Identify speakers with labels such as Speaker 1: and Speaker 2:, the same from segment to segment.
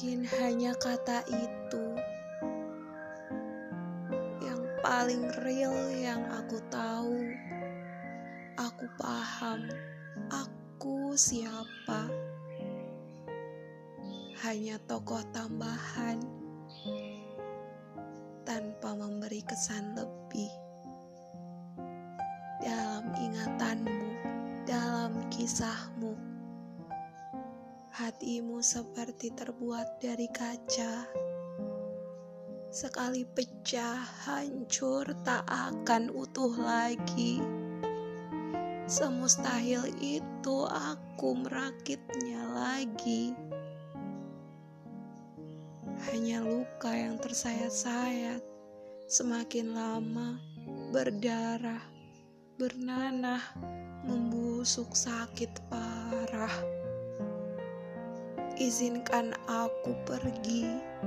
Speaker 1: Mungkin hanya kata itu yang paling real yang aku tahu. Aku paham aku siapa. Hanya tokoh tambahan tanpa memberi kesan lebih. Dalam ingatanmu, dalam kisahmu, hatimu seperti terbuat dari kaca. Sekali pecah, hancur, tak akan utuh lagi. Semustahil itu aku merakitnya lagi. Hanya luka yang tersayat-sayat, semakin lama berdarah, bernanah, membusuk sakit parah. Izinkan aku pergi.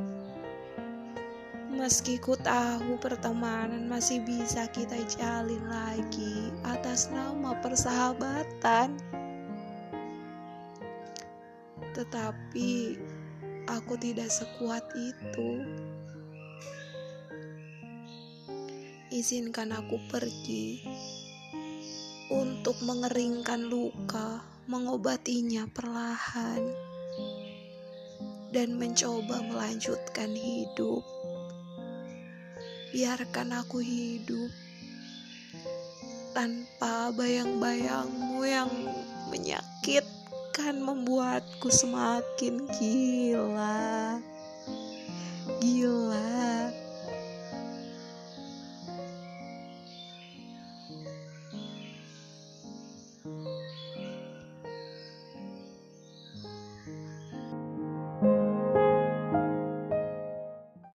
Speaker 1: Meski ku tahu pertemanan masih bisa kita jalin lagi atas nama persahabatan. Tetapi aku tidak sekuat itu. Izinkan aku pergi untuk mengeringkan luka, mengobatinya perlahan, dan mencoba melanjutkan hidup. Biarkan aku hidup tanpa bayang-bayangmu yang menyakitkan, membuatku semakin gila.